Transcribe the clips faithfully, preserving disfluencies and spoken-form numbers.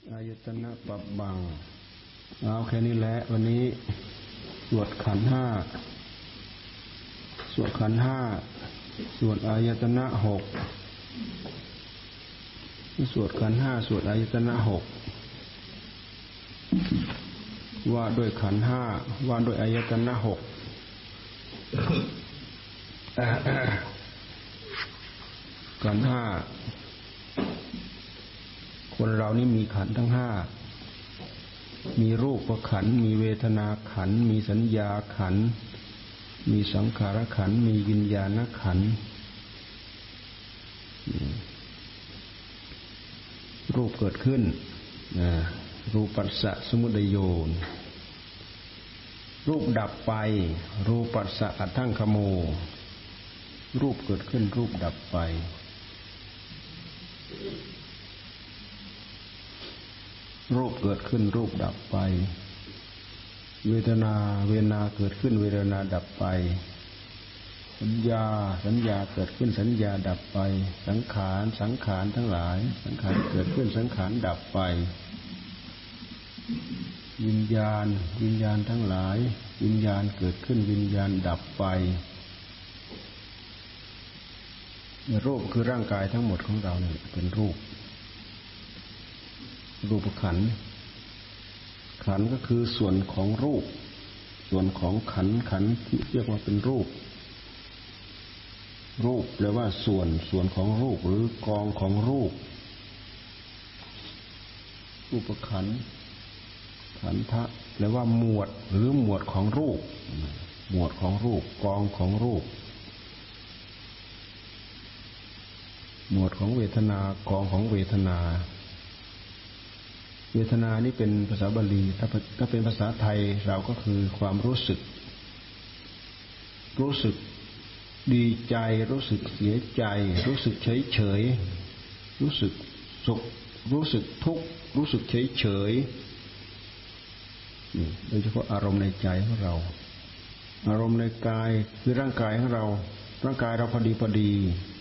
อายตนะปรับบังเอาแค่นี้แหละวันนี้สวดขันธ์ห้าสวดขันธ์ห้าสวดอายตนะหกสวดขันธ์ห้าสวดอายตนะหกว่าด้วยขันธ์ห้าว่าด้วยอายตนะหกขันธ์ห้าคนเรานี่มีขันธ์ทั้งห้ามีรูปขันธ์มีเวทนาขันธ์มีสัญญาขันธ์มีสังขารขันธ์มีวิญญาณขันธ์รูปเกิดขึ้นรูปัสสะสมุทัยโยรูปดับไปรูปัสสะอัฏฐังคโมรูปเกิดขึ้นรูปดับไปรูปเกิดขึ้นรูปดับไปเวทนาเวทนาเกิดขึ้นเวทนาดับไปสัญญาสัญญาเกิดขึ้นสัญญาดับไปสังขารสังขารทั้งหลายสังขารเกิดขึ้นสังขารดับไปวิญญาณวิญญาณทั้งหลายวิญญาณเกิดขึ้นวิญญาณดับไปรูปคือร่างกายทั้งหมดของเราเนี่ยเป็นรูปรูปขันธ์ขันธ์ก็คือส่วนของรูปส่วนของขันธ์ขันธ์ที่เรียกว่าเป็นรูปรูปแปลว่าส่วนส่วนของรูปหรือกองของรูปรูปขันธ์ขันธะแปลว่าหมวดหรือหมวดของรูปหมวดของรูปกองของรูปหมวดของเวทนากองของเวทนาเวทนานี่เป็นภาษาบาลีถ้าถ้าเป็นภาษาไทยเราก็คือความรู้สึกรู้สึกดีใจรู้สึกเสียใจรู้สึกเฉยเฉยรู้สึกสุขรู้สึกทุกข์รู้สึกเฉยเฉยนี่โดยเฉพาะอารมณ์ในใจของเราอารมณ์ในกายคือร่างกายของเราร่างกายเราพอดีพอดี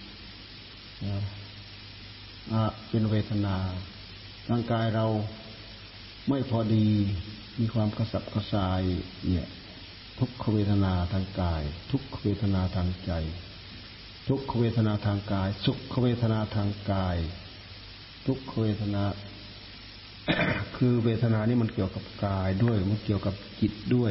อ่าเป็นเวทนาร่างกายเราไม่พอดีมีความกระสับกระส่ายเนี่ยทุกขเวทนาทางกายทุกขเวทนาทางใจทุกขเวทนาทางกายสุขเวทนาทางกายทุกขเวทนา คือเวทนานี่มันเกี่ยวกับกายด้วยมันเกี่ยวกับจิตด้วย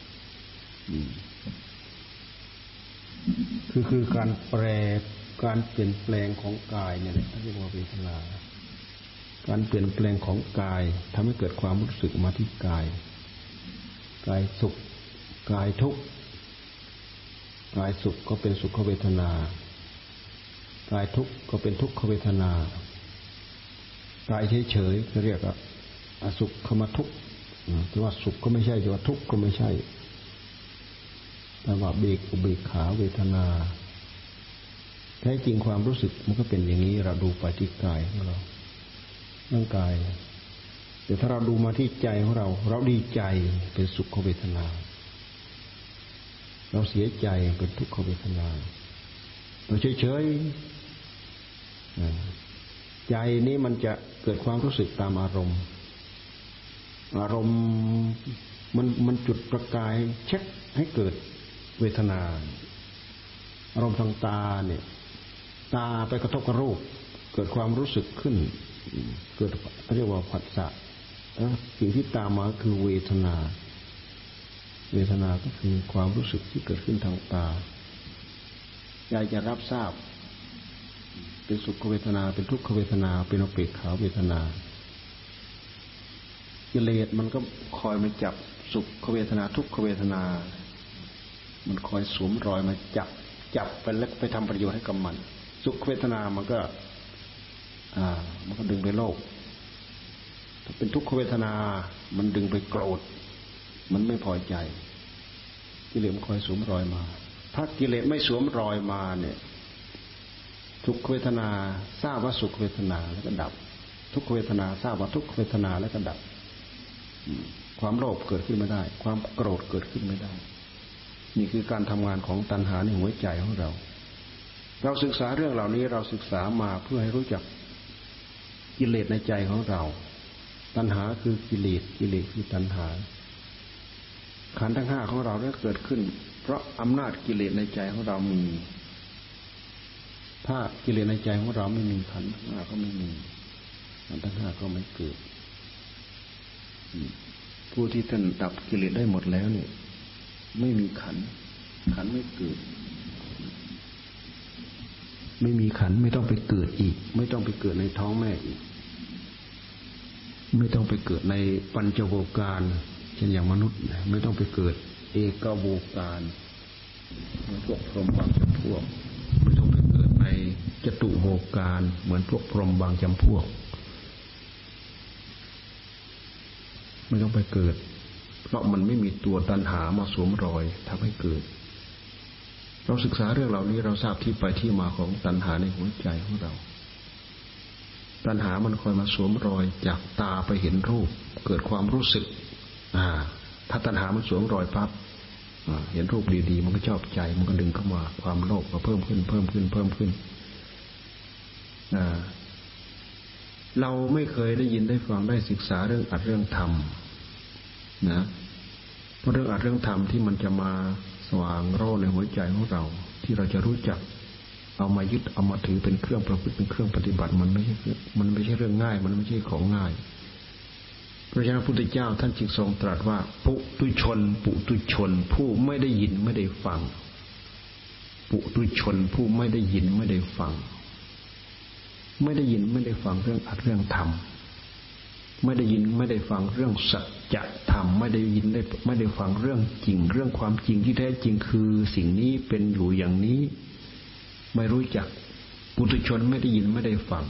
คือคือการแปรการเปลี่ยนแปลงของกายเนี่ยเรียกว่าเวทนาการเปลี่ยนแปลงของกายทำให้เกิดความรู้สึกมาที่กายกายสุขกายทุกข์กายสุขก็เป็นสุขเวทนากายทุกข์ก็เป็นทุกขเวทนากายเฉยๆจะเรียกว่าอสุขมทุกข์แต่ว่าสุขก็ไม่ใช่แต่ว่าทุกข์ก็ไม่ใช่แต่ว่าเบกอุเบกขาเวทนาแท้จริงความรู้สึกมันก็เป็นอย่างนี้เราดูไปที่กายของเราร่างกายแต่ถ้าเราดูมาที่ใจของเราเราดีใจเป็นสุขเวทนาเราเสียใจเป็นทุกขเวทนาเราเฉยๆใจนี้มันจะเกิดความรู้สึกตามอารมณ์อารมณ์มันมันจุดประกายเช็คให้เกิดเวทนาอารมณ์ทางตาเนี่ยตาไปกระทบกับรูปเกิดความรู้สึกขึ้นเกิดเรียกว่าผัสสะสิ่งที่ตามมาคือเวทนาเวทนาก็คือความรู้สึกที่เกิดขึ้นทางตาใจจะรับทราบเป็นสุขเวทนาเป็นทุกขเวทนาเป็นอุเบกขาเวทนากิเลสมันก็คอยมาจับสุขเวทนาทุกขเวทนามันคอยสวมรอยมาจับจับไปแล้วไปทำประโยชน์ให้กับมันสุขเวทนามันก็อ่ามันก็ดึงไปโลภถ้าเป็นทุกขเวทนามันดึงไปโกรธมันไม่พอใจกิเลสมันคอยสวมรอยมาถ้ากิเลสไม่สวมรอยมาเนี่ยทุกขเวทนาทราบว่าสุขเวทนาแล้วก็ดับทุกขเวทนาทราบว่าทุกขเวทนาแล้วก็ดับความโลภเกิดขึ้นไม่ได้ความโกรธเกิดขึ้นไม่ได้นี่คือการทำงานของตัณหาในหัวใจของเราเราศึกษาเรื่องเหล่านี้เราศึกษามาเพื่อให้รู้จักกิเลสในใจของเราตัณหาคือกิเลสกิเลสคือตัณหาขันธ์ทั้งห้าของเราได้เกิดขึ้นเพราะอำนาจกิเลสในใจของเรามีถ้ากิเลสในใจของเราไม่มีขันธ์ทั้งห้าก็ไม่มีขันธ์ทั้งห้าก็ไม่เกิดผู้ที่ท่านดับกิเลสได้หมดแล้วเนี่ยไม่มีขันธ์ขันธ์ไม่เกิดไม่มีขันธ์ไม่ต้องไปเกิดอีกไม่ต้องไปเกิดในท้องแม่อีกไม่ต้องไปเกิดในปัญจโวการเช่นอย่างมนุษย์ไม่ต้องไปเกิดเอกโวการเหมือนพวกพรหมบางจำพวกไม่ต้องไปเกิดในจตุโวการเหมือนพวกพรหมบางจำพวกไม่ต้องไปเกิดเพราะมันไม่มีตัวตัณหามาสวมรอยทำให้เกิดเราศึกษาเรื่องเหล่านี้เราทราบที่ไปที่มาของตัณหาในหัวใจของเราตัณหามันคอยมาสวมรอยจากตาไปเห็นรูปเกิดความรู้สึกอ่าถ้าตัณหามันสวมรอยปั๊บเห็นรูปดีๆมันก็ชอบใจมันก็ดึงเข้ามาความโลภก็เพิ่มขึ้นเพิ่มขึ้นเพิ่มขึ้นอ่าเราไม่เคยได้ยินได้ฟังได้ศึกษาเรื่องอัดเรื่องธรรมนะเพราะเรื่องอัดเรื่องธรรมที่มันจะมาสว่างโร่ในหัวใจของเราที่เราจะรู้จักเอามายึดเอามาถือเป็นเครื่องประพฤติเป็นเครื่องปฏิบัติมันไม่ใช่มันไม่ใช่เรื่องง่ายมันไม่ใช่ของง่ายเพราะฉะนั้นพระพุทธเจ้าท่านจึงทรงตรัสว่าปุถุชนปุถุชนผู้ไม่ได้ยินไม่ได้ฟังปุถุชนผู้ไม่ได้ยินไม่ได้ฟังไม่ได้ยินไม่ได้ฟังเรื่องอัดเรื่องธรรมไม่ได้ยินไม่ได้ฟังเรื่องสัจธรรมไม่ได้ยินได้ไม่ได้ฟังเรื่องจริงเรื่องความจริงที่แท้จริงคือสิ่งนี้เป็นอยู่อย่างนี้ไม่รู้จักปุถุชนไม่ได้ยินไม่ได้ฟัง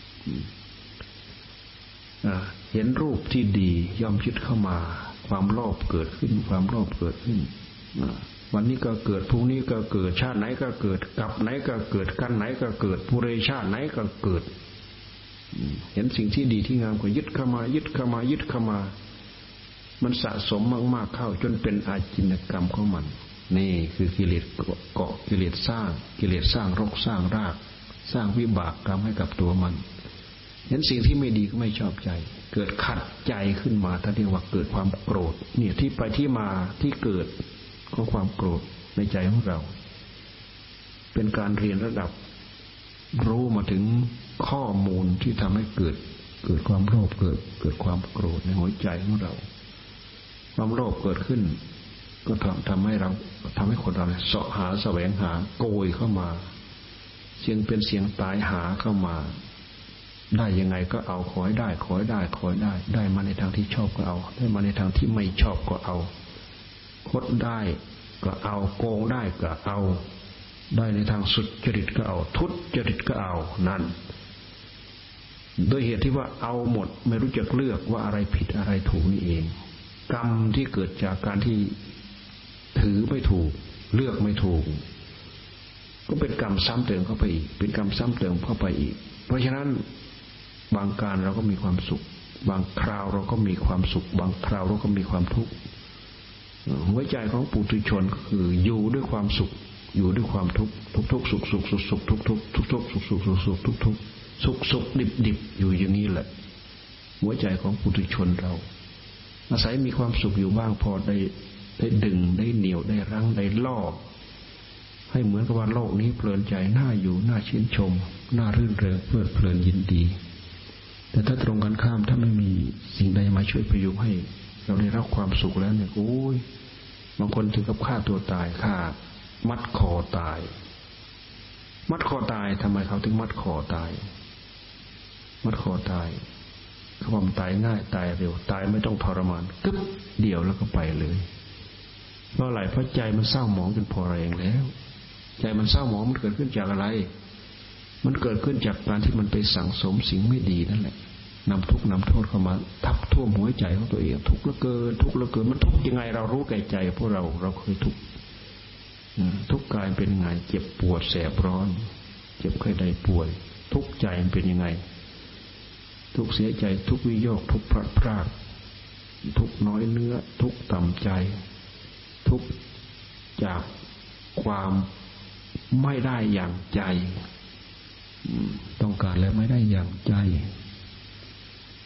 เห็นรูปที่ดีย่อมยึดเข้ามาความโลภเกิดขึ้นความโลภเกิดขึ้นวันนี้ก็เกิดพรุ่งนี้ก็เกิดชาติไหนก็เกิดกับไหนก็เกิดกันไหนก็เกิดปุเรชาติไหนก็เกิดเห็นสิ่งที่ดีที่งามก็ยึดเข้ามายึดเข้ามายึดเข้ามามันสะสมมากๆเข้าจนเป็นอาจินกรรมของมันนี่คือกิเลสเกาะกิเลสสร้างกิเลสสร้างรกสร้างรากสร้างวิบากกรรมให้กับตัวมันเห็นสิ่งที่ไม่ดีก็ไม่ชอบใจเกิดขัดใจขึ้นมาท่านเรียกว่าเกิดความโกรธเนี่ยที่ไปที่มาที่เกิดของความโกรธในใจของเราเป็นการเรียนระดับรู้มาถึงข้อมูลที่ทำให้เกิดเกิดความโลภเกิดเกิดความโกรธในหัวใจของเราความโลภเกิดขึ้นก็ทำทำให้เราทำให้คนเราเนี่ยเสาะหาแสวงหาโกยเข้ามาเสียงเป็นเสียงตายหาเข้ามาได้ยังไงก็เอาขอให้ได้ขอให้ได้ขอให้ได้ได้มาในทางที่ชอบก็เอาได้มาในทางที่ไม่ชอบก็เอาคดได้ก็เอาโกงได้ก็เอาได้ในทางสุจริตก็เอาทุจริตก็เอานั่นโดยเหตุที่ว่าเอาหมดไม่รู้จักเลือกว่าอะไรผิดอะไรถูกนี่เองกรรมที่เกิดจากการที่ถือไม่ถูกเลือกไม่ถูกก็เป็นกรรมซ้ำเติมเข้าไปอีกเป็นกรรมซ้ำเติมเข้าไปอีกเพราะฉะนั้นบางการเราก็มีความสุขบางคราวเราก็มีความสุขบางคราวเราก็มีความทุกข์หัวใจของปุถุชนก็คืออยู่ด้วยความสุขอยู่ด้วยความทุกข์ทุกๆสุขสุขสุขสุขทุกทุกทุกทุกสุขสุขสุขสุขทุกทุกสุขสุขดิบดิบอยู่อย่างนี้แหละหัวใจของปุถุชนเราอาศัยมีความสุขอยู่บ้างพอได้ได้ดึงได้เหนี่ยวได้รั้งได้ล่อให้เหมือนกับว่าโลกนี้เพลินใจน่าอยู่น่าชื่นชมน่ารื่นเริงเพลิดเพลินยินดีแต่ถ้าตรงกันข้ามถ้าไม่มีสิ่งใดมาช่วยพยุงให้เราได้รับความสุขแล้วเนี่ยโอ้ยบางคนถึงกับฆ่าตัวตายฆ่ามัดคอตายมัดคอตายทำไมเขาถึงมัดคอตายมัดคอตายเขาบอกตายง่ายตายเร็วตายไม่ต้องทรมานกึ๊บเดี่ยวแล้วก็ไปเลยเพราะอะไรเพราะใจมันเศร้าหมองจนพอแรงแล้วใจมันเศร้าหมองมันเกิดขึ้นจากอะไรมันเกิดขึ้นจากการที่มันไปสั่งสมสิ่งไม่ดีนั่นแหละนำทุกข์นำโทษเข้ามาทับท่วมหัวใจของตัวเองทุกข์เหลือเกินทุกข์เหลือเกินมันทุกข์ยังไงเรารู้แก่ใจพวกเราเราเคยทุกข์ทุกข์กายเป็นไงเจ็บปวดแสบร้อนเจ็บไข้ได้ป่วยทุกข์ใจมันเป็นยังไงทุกข์เสียใจทุกข์วิโยคทุกข์พลาดพลาดทุกข์น้อยเนื้อทุกข์ต่ำใจทุกข์จากความไม่ได้อย่างใจต้องการแล้วไม่ได้อย่างใจทุกข์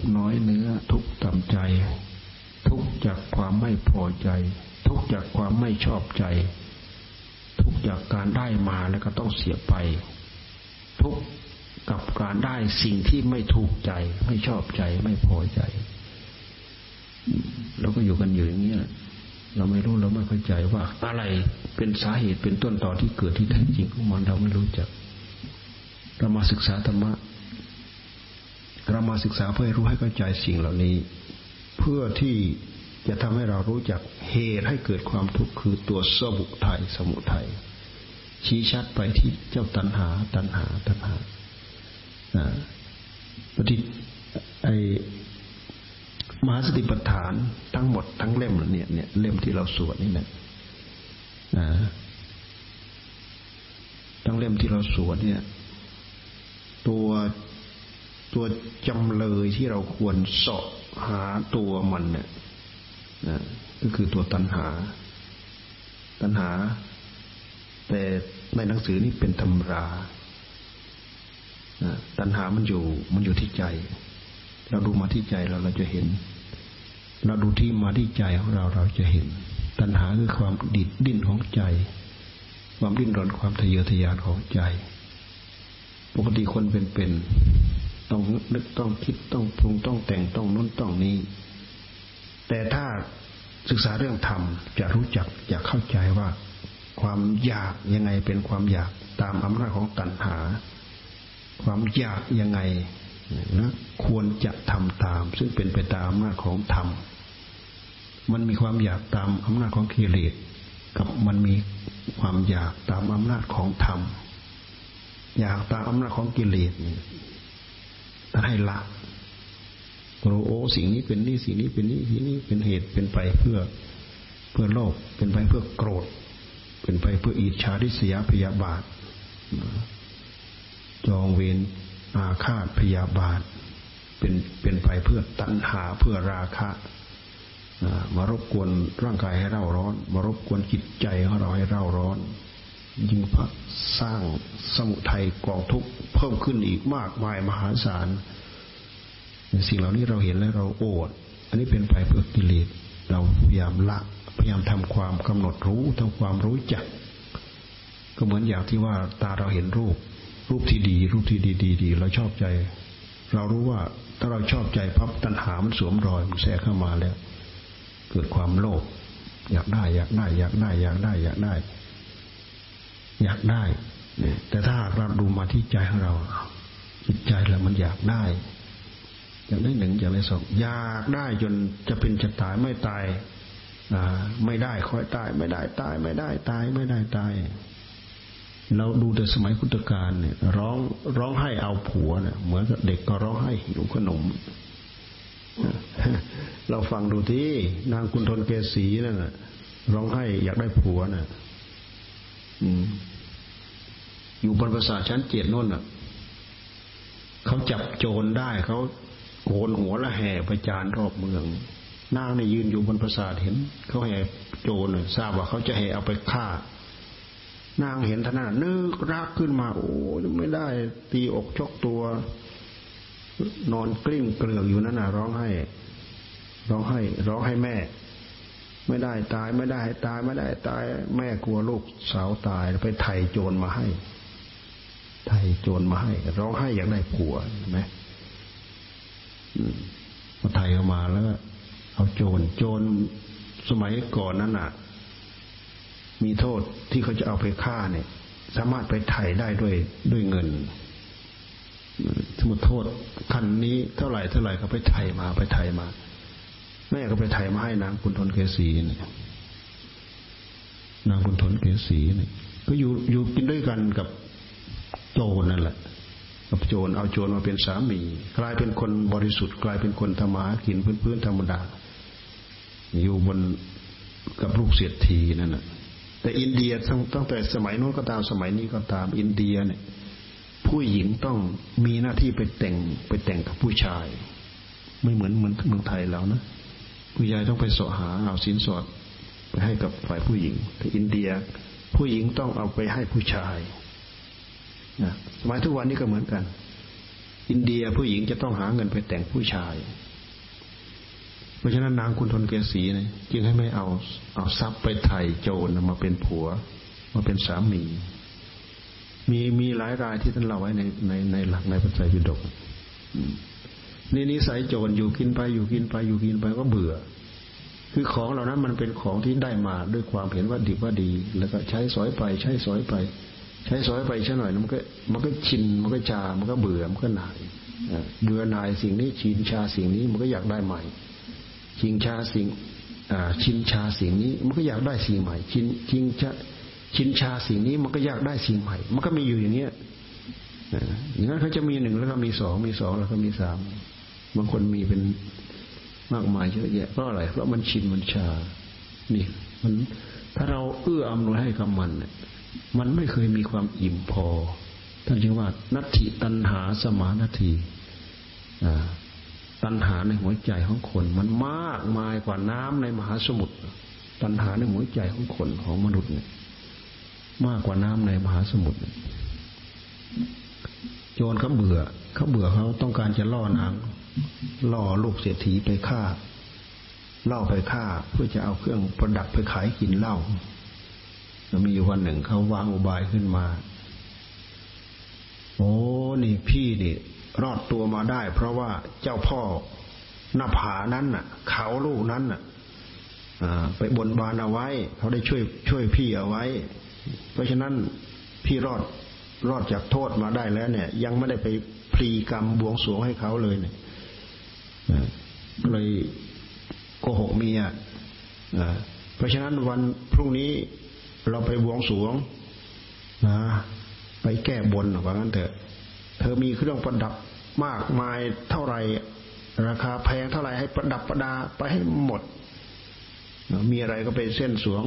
น้อยเนื้อทุกข์ต่ำใจทุกข์จากความไม่พอใจทุกข์จากความไม่ชอบใจทุกข์จากการได้มาแล้วก็ต้องเสียไปทุกข์กับการได้สิ่งที่ไม่ถูกใจไม่ชอบใจไม่พอใจเราก็อยู่กันอยู่อย่างนี้เราไม่รู้เราไม่เข้าใจว่าอะไรเป็นสาเหตุเป็นต้นตอที่เกิดที่แท้จริงของมันเราไม่รู้จักเรามาศึกษาธรรมะเรามาศึกษาเพื่อให้รู้ให้เข้าใจสิ่งเหล่านี้เพื่อที่จะทำให้เรารู้จักเหตุให้เกิดความทุกข์คือตัวสมุทัยสมุทัยชี้ชัดไปที่เจ้าตัณหาตัณหาตัณหาอ่าปฏิไอมหาสติปัฏฐานทั้งหมดทั้งเล่มเนี่ยเนี่ยเล่มที่เราสวดนี่แหละอ่าทั้งเล่มที่เราสวดเนี่ยตัวตัวจำเลยที่เราควรเสาะหาตัวมันเนี่ยก็คือตัวตัณหาตัณหาแต่ในหนังสือนี่เป็นตำราตัณหามันอยู่มันอยู่ที่ใจเราดูมาที่ใจเราเราจะเห็นเราดูที่มาที่ใจของเราเราจะเห็นตัณหาคือความดิดดิ้นของใจความดิ้นรนความทะเยอทะยานของใจปกติคนเป็นๆต้องนึกต้องคิดต้องปรุงต้องแต่งต้องนู้นต้องนี้แต่ถ้าศึกษาเรื่องธรรมจะรู้จักจะเข้าใจว่าความอยากยังไงเป็นความอยากตามอำนาจของตัณหาความอยากยังไงนะควรจะทำตามซึ่งเป็นไปตามอำนาจของธรรมมันมีความอยากตามอำนาจของกิเลสกับมันมีความอยากตามอำนาจของธรรมอยากตามอำนาจของกิเลสถ้าให้ละรู้โอ้สิ่งนี้เป็นนี่สิ่งนี้เป็นนี่สิ่งนี้เป็นเหตุเป็นไปเพื่อเพื่อโลภเป็นไปเพื่อโกรธเป็นไปเพื่ออิจฉาริษยาพยาบาทจองเวรอาฆาตพยาบาทเป็นเป็นไปเพื่อตัณหาเพื่อราคะมารบกวนร่างกายให้เร่าร้อนมารบกวนจิตใจของเราให้เร่าร้อนยิ่งพักสร้างสมุทัยกองทุกข์เพิ่มขึ้นอีกมากมายมหาศาลสิ่งเหล่านี้เราเห็นแล้วเราโอดอันนี้เป็นไปเพื่อกิเลสเราพยายามละพยายามทำความกำหนดรู้ทำความรู้จักก็เหมือนอย่างที่ว่าตาเราเห็นรูปรูปที่ดีรูปที่ดีดีดีเราชอบใจเรารู้ว่าถ้าเราชอบใจพับตัณหามันสวมรอยมันแทรกเข้ามาแล้วเกิดความโลภอยากได้อยากได้อยากได้อยากได้อยากได้อยากได้แต่ถ้าเราดูมาที่ใจของเราจิตใจเรามันอยากได้อยากได้หนึ่งอยากได้สองอยากได้จนจะเป็นจะตายไม่ตายไม่ได้ค่อยตายไม่ได้ตายไม่ได้ตายไม่ได้ตายเราดูแต่สมัยพุทธกาลเนี่ยร้องร้องไห้เอาผัวเนี่ยเหมือนกับเด็กก็ร้องไห้หิวขนมเราฟังดูที่นางกุณฑลเกษีนั่นน่ะร้องไห้อยากได้ผัวน่ะอยู่บนปราสาทชั้นเจ็ดโน่นน่ะเขาจับโจรได้เขาโกนหัวละแห่ไปจานรอบเมืองนางเนี่ยยืนอยู่บนปราสาทเห็นเขาแห่โจรน่ะทราบว่าเขาจะแห่เอาไปฆ่านางเห็นท่านน่ะนึกรักขึ้นมาโอ้ไม่ได้ตีอกชกตัวนอนกลิ้งเกลือกอยู่นั่นน่ะร้องไห้ร้องไห้ร้องให้แม่ไม่ได้ตายไม่ได้ตายไม่ได้ตายแม่กลัวลูกสาวตายไปไถ่โจรมาให้ไถ่โจรมาให้ร้องไห้อยากได้ผัวเห็นไหมมาไถ่ออกมาแล้วเอาโจรโจรสมัยก่อนนั้นน่ะมีโทษที่เขาจะเอาไปฆ่าเนี่ยสามารถไปไถ่ได้ด้วยด้วยเงินสมมติโทษคันนี้เท่าไหร่เท่าไหร่เขาไปไถ่มาไปไถ่มาแม่ก็ไปไถ่มาให้นางกุณฑลเกษีเนี่ยนางกุณฑลเกษีเนี่ยก็อยู่อยู่กินด้วยกันกับโจรนั่นแหละกับโจรเอาโจรมาเป็นสามีกลายเป็นคนบริสุทธิ์กลายเป็นคนธรรมะกินพื้นๆธรรมดาอยู่บนกับลูกเศรษฐีนั่นน่ะแต่อินเดียตั้งแต่สมัยโน้นก็ตามสมัยนี้ก็ตามอินเดียเนี่ยผู้หญิงต้องมีหน้าที่ไปแต่งไปแต่งกับผู้ชายไม่เหมือนเหมือนเมืองไทยเรานะผู้ชายต้องไปเสาะหาเอาสินสอดไปให้กับฝ่ายผู้หญิงแต่อินเดียผู้หญิงต้องเอาไปให้ผู้ชายนะสมัยทุกวันนี้ก็เหมือนกันอินเดียผู้หญิงจะต้องหาเงินไปแต่งผู้ชายเพราะฉะนั้นนางคุณทนเกษีเนี่ยจึงให้ไม่เอาเอาทรัพย์ไปไถ่โจรมาเป็นผัวมาเป็นสามีมีมีหลายรายที่ท่านเล่าไว้ในในในหลักในพระไตรปิฎกนี่นิสัยโจรอยู่กินไปอยู่กินไปอยู่กินไปก็เบื่อคือของเหล่านั้นมันเป็นของที่ได้มาด้วยความเห็นว่าดีว่าดีแล้วก็ใช้สอยไปใช้สอยไปใช้สอยไปใช้หน่อยมันก็มันก็ชินมันก็ชามันก็เบื่อมันก็หน่ายเบื่อหน่ายสิ่งนี้ชินชาสิ่งนี้มันก็อยากได้ใหม่ชินชาสิ่งชินชาสิ่งนี้มันก็อยากได้สิ่งใหม่ชินชินชาชินชาสิ่งนี้มันก็อยากได้สิ่งใหม่มันก็มีอยู่อย่างเนี้ยอย่างนั้นเขาจะมีหนึ่งแล้วก็มีสองมีสองแล้วก็มีสามบางคนมีเป็นมากมายเยอะแยะเพราะอะไรเพราะมันชินมันชานี่มันถ้าเราเอื้ออำนวยให้กับมันเนี่ยมันไม่เคยมีความอิ่มพอท่านจึงว่านัตถิตัณหาสมานัตถิตัณหาในหัวใจของคนมันมากมายกว่าน้ำในมหาสมุทรตัณหาในหัวใจของคนของมนุษย์เนี่ยมากกว่าน้ำในมหาสมุทรโจรเขาเบื่อเขาเบื่อเขาต้องการจะล่อนางล่อลูกเศรษฐีไปฆ่าเล่าไปฆ่าเพื่อจะเอาเครื่องประดับไปขายกินเหล้าแล้วมีอยู่วันหนึ่งเขาวางอุบายขึ้นมาโอ้นี่พี่นี่รอดตัวมาได้เพราะว่าเจ้าพ่อหน้าผานั้นน่ะเขาลูกนั้นน่ะไปบนบานเอาไว้เขาได้ช่วยช่วยพี่เอาไว้เพราะฉะนั้นพี่รอดรอดจากโทษมาได้แล้วเนี่ยยังไม่ได้ไปพลีกรรมบวงสรวงให้เขาเลยเนี่ยเลยโกหกเมียเพราะฉะนั้นวันพรุ่งนี้เราไปบวงสรวงนะไปแก้บนว่างั้นเถอะเธอมีเครื่องประดับมากมายเท่าไหร่ราคาแพงเท่าไหร่ให้ประดับประดาไปให้หมดมีอะไรก็ไปเส้นสวง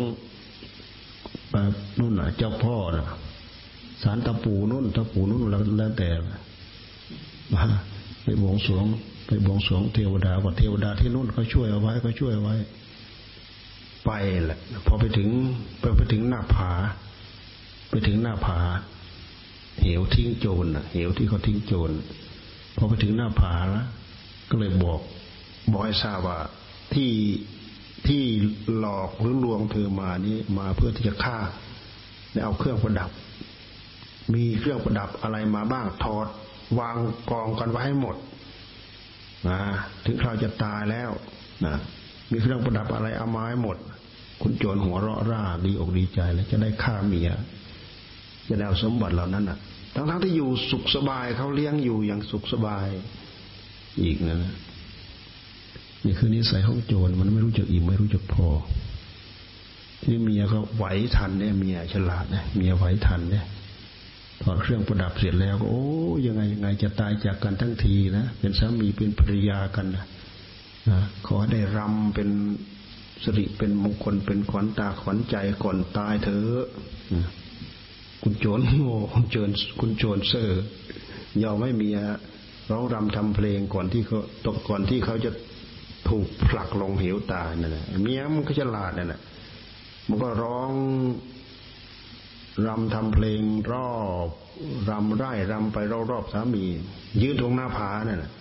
นู่นน่ะเจ้าพ่อน่ะศาลตะปูนู่นตะปูนู่นแล้วแต่มาไปบวงสรวงไปบวงสรวงเทวดาว่าเทวดาที่นู่นเขาช่วยเอาไว้เขาช่วยเอาไว้ไปแหละพอไปถึงไปไปถึงหน้าผาไปถึงหน้าผาเหวทิ้งโจรน่ะเหวที่เขาทิ้งโจรพอไปถึงหน้าผาแล้วก็เลยบอกบอกให้ทราบว่าที่ที่หลอกหรือลวงเธอมานี้มาเพื่อที่จะฆ่าและเอาเครื่องประดับมีเครื่องประดับอะไรมาบ้างถอดวางกองกันไว้ให้หมดนะถึงคราวจะตายแล้วนะมีเครื่องประดับอะไรเอามาให้หมดคุณโจรหัวเราะร่าดีอกดีใจแล้วจะได้ฆ่าเมียจะได้เอาสมบัติเหล่านั้นน่ะทั้งๆที่อยู่สุขสบายเขาเลี้ยงอยู่อย่างสุขสบายอีกนะนี่คือนิสัยของโจรมันไม่รู้จักอิ่มไม่รู้จักพอที่เมียก็ไหวทันเนี่ยเมียฉลาดเนี่ยเมียไหวทันเนี่ยถอดเครื่องประดับเสร็จแล้วก็โอ้ยังไงยังไงจะตายจากกันทั้งทีนะเป็นสามีเป็นภรรยากันนะนะขอได้รำเป็นสิริเป็นมงคลเป็นขวัญตาขวัญใจก่อนตายเถอะคุณโจรโง่คุณโจรคุณโจรเซ่อยอมไม่มีร้องรำทำเพลงก่อนที่เขาตกก่อนที่เขาจะถูกผลักลงเหวตายนั่นแหละเมียมันก็ฉลาดนั่นแหละมันก็ร้องรำทำเพลงรอบรำไร่รำไปรอบๆสามียืนตรงหน้าผานั่นแหละ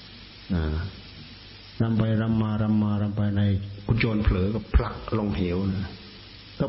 รำไปรำมารำมารำไปในคุณโจรเผลอก็ผลักลงเหวนะก็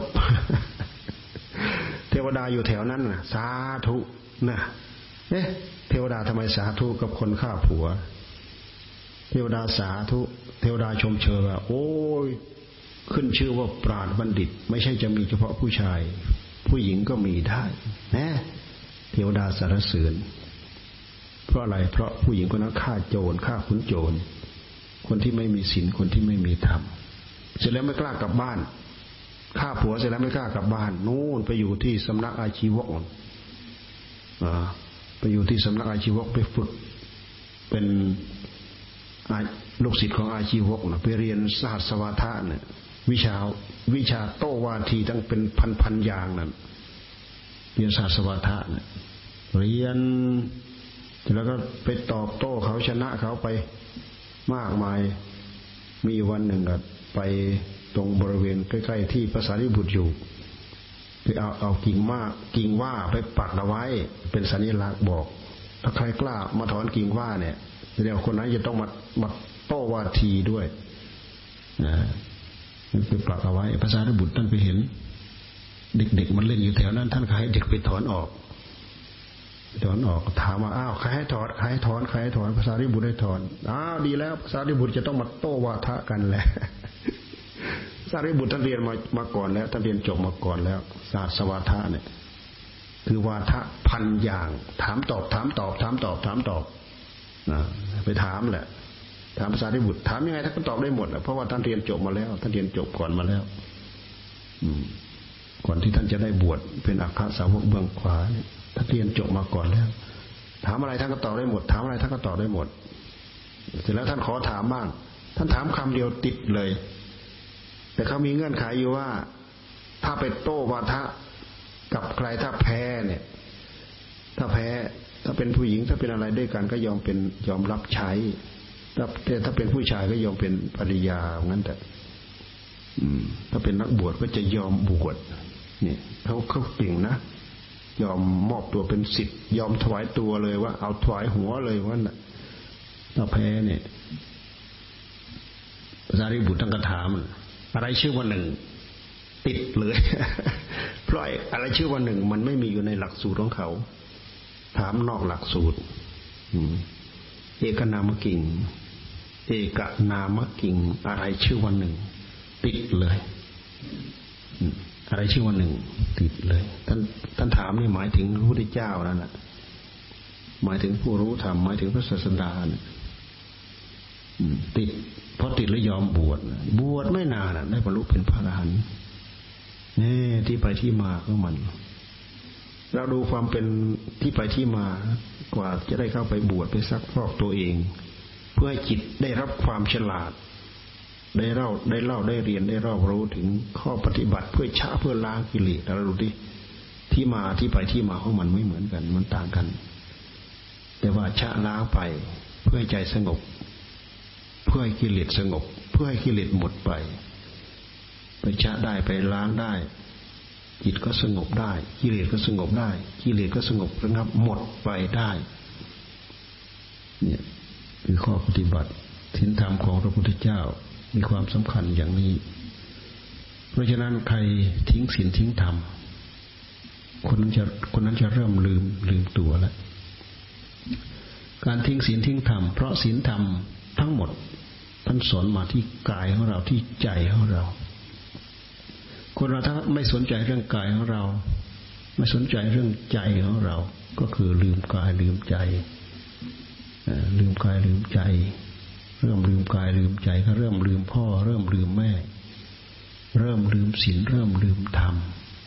เทวดาอยู่แถวนั้นน่ะสาธุนะเอ๊ะเทวดาทำไมสาธุกับคนฆ่าผัวเทวดาสาธุเทวดาชมเชยว่าโอ้ยขึ้นชื่อว่าปราชญ์บัณฑิตไม่ใช่จะมีเฉพาะผู้ชายผู้หญิงก็มีได้นะเทวดาสรรเสริญเพราะอะไรเพราะผู้หญิงคนนั้นฆ่าโจรฆ่าขุนโจรคนที่ไม่มีศีลคนที่ไม่มีธรรมเสร็จแล้วไม่กล้ากลับบ้านฆ่าผัวเสร็จแล้วไม่กล้ากลับบ้านนู่นไปอยู่ที่สำนักอาชีวกอ่าไปอยู่ที่สำนักอาชีวกไปฝึกเป็นลูกศิษย์ของอาชีวกนะไปเรียนสหัสวาทะเนี่ยวิชาวิชาโต้วาทีตั้งเป็นพันๆอย่างนั่นเรียนสหัสวาทะเนี่ยเรียนแล้วก็ไปตอบโต้เขาชนะเขาไปมากมายมีวันหนึ่งก็ไปตรงบริเวณใกล้ๆที่พระสารีบุตรอยู่ไปเอาเอากิ่งม้ากิ่งว่าไปปักเอาไว้เป็นสัญลักษณ์บอกถ้าใครกล้ามาถอนกิ่งว่าเนี่ยเดี๋ยวคนนั้นจะต้องมามาโต้วาทีด้วยนะมันไปปลักเอาไว้ภาษาริบุตรท่านไปเห็นเด็กๆมันเล่นอยู่แถวนั้นท่านก็ให้เด็กไปถอนออกถอนออกถามว่าอ้าวใครให้ถอนใครให้ถอนใครให้ถอนภาษาริบุตรให้ถอนอ้าวดีแล้วภาษาริบุตรจะต้องมาโต้วาทะกันแหละภาษาริบุตรท่านเรียนมามาก่อนแล้วท่านเรียนจบมาก่อนแล้วศาสตร์วาทะเนี่ยคือวาทะพันอย่างถามตอบถามตอบถามตอบถามตอบนะไปถามแหละถามภาษาริบุตรถามยังไงท่านก็ตอบได้หมดเพราะว่าท่านเรียนจบมาแล้วท่านเรียนจบก่อนมาแล้วอืมก่อนที่ท่านจะได้บวชเป็นอัครสาวกเบื้องขวาเนี่ยท่านเรียนจบมาก่อนแล้วถามอะไรท่านก็ตอบได้หมดถามอะไรท่านก็ตอบได้หมดเสร็จแล้วท่านขอถามบ้างท่านถามคำเดียวติดเลยแต่เขามีเงื่อนไขอยู่ว่าถ้าไปโต้วาทะกับใครถ้าแพ้เนี่ยถ้าแพ้ถ้าเป็นผู้หญิงถ้าเป็นอะไรด้วยกันก็ยอมเป็นยอมรับใช้แต่ถ้าเป็นผู้ชายก็ยอมเป็นภริยางั้นแต่ถ้าเป็นนักบวชก็จะยอมบวชเนี่ยเขาเขาเก่งนะยอมมอบตัวเป็นศิษย์ยอมถวายตัวเลยว่าเอาถวายหัวเลยว่าน่ะถ้าแพ้เนี่ยภาษาริบุตรตั้งคำถามอะไรชื่อว่าหนึ่งติดเลยเพราะอะไรชื่อว่าหนึ่งมันไม่มีอยู่ในหลักสูตรของเขาถามนอกหลักสูตรเอกนามกิ่งเอกนามกิ่งอะไรชื่อว่าหนึ่งติดเลยอะไรชื่อว่าหนึ่งติดเลยท่านท่านถามนี่หมายถึงพระพุทธเจ้านั่นแหละหมายถึงผู้รู้ธรรมหมายถึงพระศาสดาเนี่ยติดเพราะติดแล้วยอมบวชบวชไม่นานได้บรรลุเป็นพระอรหันต์นี่ที่ไปที่มาของมันเราดูความเป็นที่ไปที่มากว่าจะได้เข้าไปบวชไปซักฟอกตัวเองเพื่อให้จิตได้รับความฉลาดได้เล่าได้เล่าได้เรียนได้รอบรู้ถึงข้อปฏิบัติเพื่อชะเพื่อล้างกิเลสเราดูดิที่มาที่ไปที่มาของมันไม่เหมือนกันมันต่างกันแต่ว่าชะล้างไปเพื่อให้ใจสงบเพื่อให้กิเลสสงบเพื่อให้กิเลสหมดไปไปชะได้ไปล้างได้จิตก็สงบได้กิเลสก็สงบได้กิเลสก็สงบระงับหมดไปได้เนี่ยคือข้อปฏิบัติศีลธรรมของพระพุทธเจ้ามีความสำคัญอย่างนี้เพราะฉะนั้นใครทิ้งศีลทิ้งธรรมคนนั้นจะคนนั้นจะเริ่มลืมลืมตัวแล้วการทิ้งศีลทิ้งธรรมเพราะศีลธรรมทั้งหมดท่านสอนมาที่กายของเราที่ใจของเราคนเราถ้าไม่สนใจเรื่องกายของเราไม่สนใจเรื่องใจของเราก็คือลืมกายลืมใจลืมกายลืมใจเริ่มลืมกายลืมใจก็เริ่มลืมพ่อเริ่มลืมแม่เริ่มลืมศีลเริ่มลืมธรรม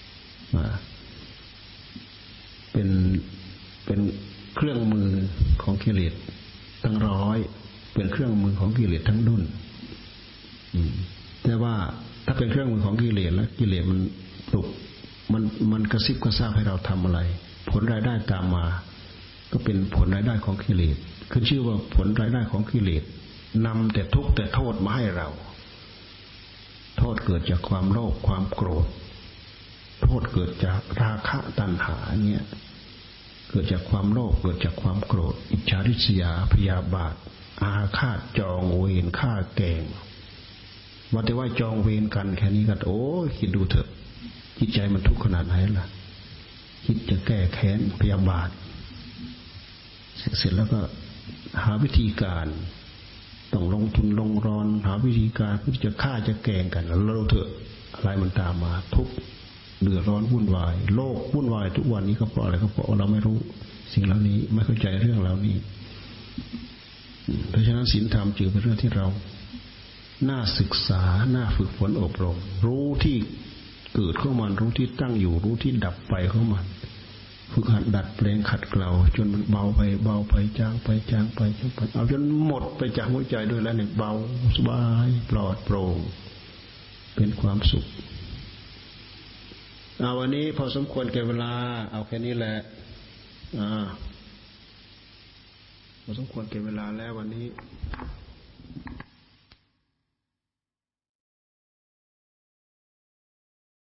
เป็นเป็นเครื่องมือของกิเลสทั้งร้อยเป็นเครื่องมือของกิเลสทั้งดุนแต่ว่าถ้าเป็นเครื่องมือของกิเลสแล้วกิเลสมันปลุกมันมันกระซิบกระซาบให้เราทำอะไรผลรายได้ตามมาก็เป็นผลรายได้ของกิเลสขึ้นชื่อว่าผลรายได้ของกิเลสนำแต่ทุกข์แต่โทษมาให้เราโทษเกิดจากความโลภความโกรธโทษเกิดจากราคะตัณหาเนี่ยเกิดจากความโลภเกิดจากความโกรธอิจฉาริษยาพยาบาทอาฆาตจองเวรฆ่าแกล้งว่าแต่ว่าจองเวรกันแค่นี้ก็โอ้คิดดูเถอะจิตใจมันทุกข์ขนาดไหนล่ะคิดจะแก้แค้นพยาบาทเสร็จแล้วก็หาวิธีการต้องลงทุนลงรอนหาวิธีการเพื่อจะฆ่าจะแกล้งกันแล้วเราเถอะอะไรมันตามมาทุกข์เดือดร้อนวุ่นวายโลกวุ่นวายทุกวันนี้ก็เพราะอะไรก็เพราะเราไม่รู้สิ่งเหล่านี้ไม่เข้าใจเรื่องเหล่านี้เพราะฉะนั้นศีลธรรมจึงเป็นเรื่องที่เราน่าศึกษาน่าฝึกฝนอบรมรู้ที่เกิดของมันรู้ที่ตั้งอยู่รู้ที่ดับไปของมันฝึกหัดดัดแปลงขัดเกลาจนมันเบาไปเบาไปจางไปจางไปจางไปเอาจนหมดไปจากหัวใจด้วยแล้วเนี่ยเบาสบายปลอดโปร่งเป็นความสุขเอาวันนี้พอสมควรแก่เวลาเอาแค่นี้แหละอ่าพอสมควรแก่เวลาแล้ววันนี้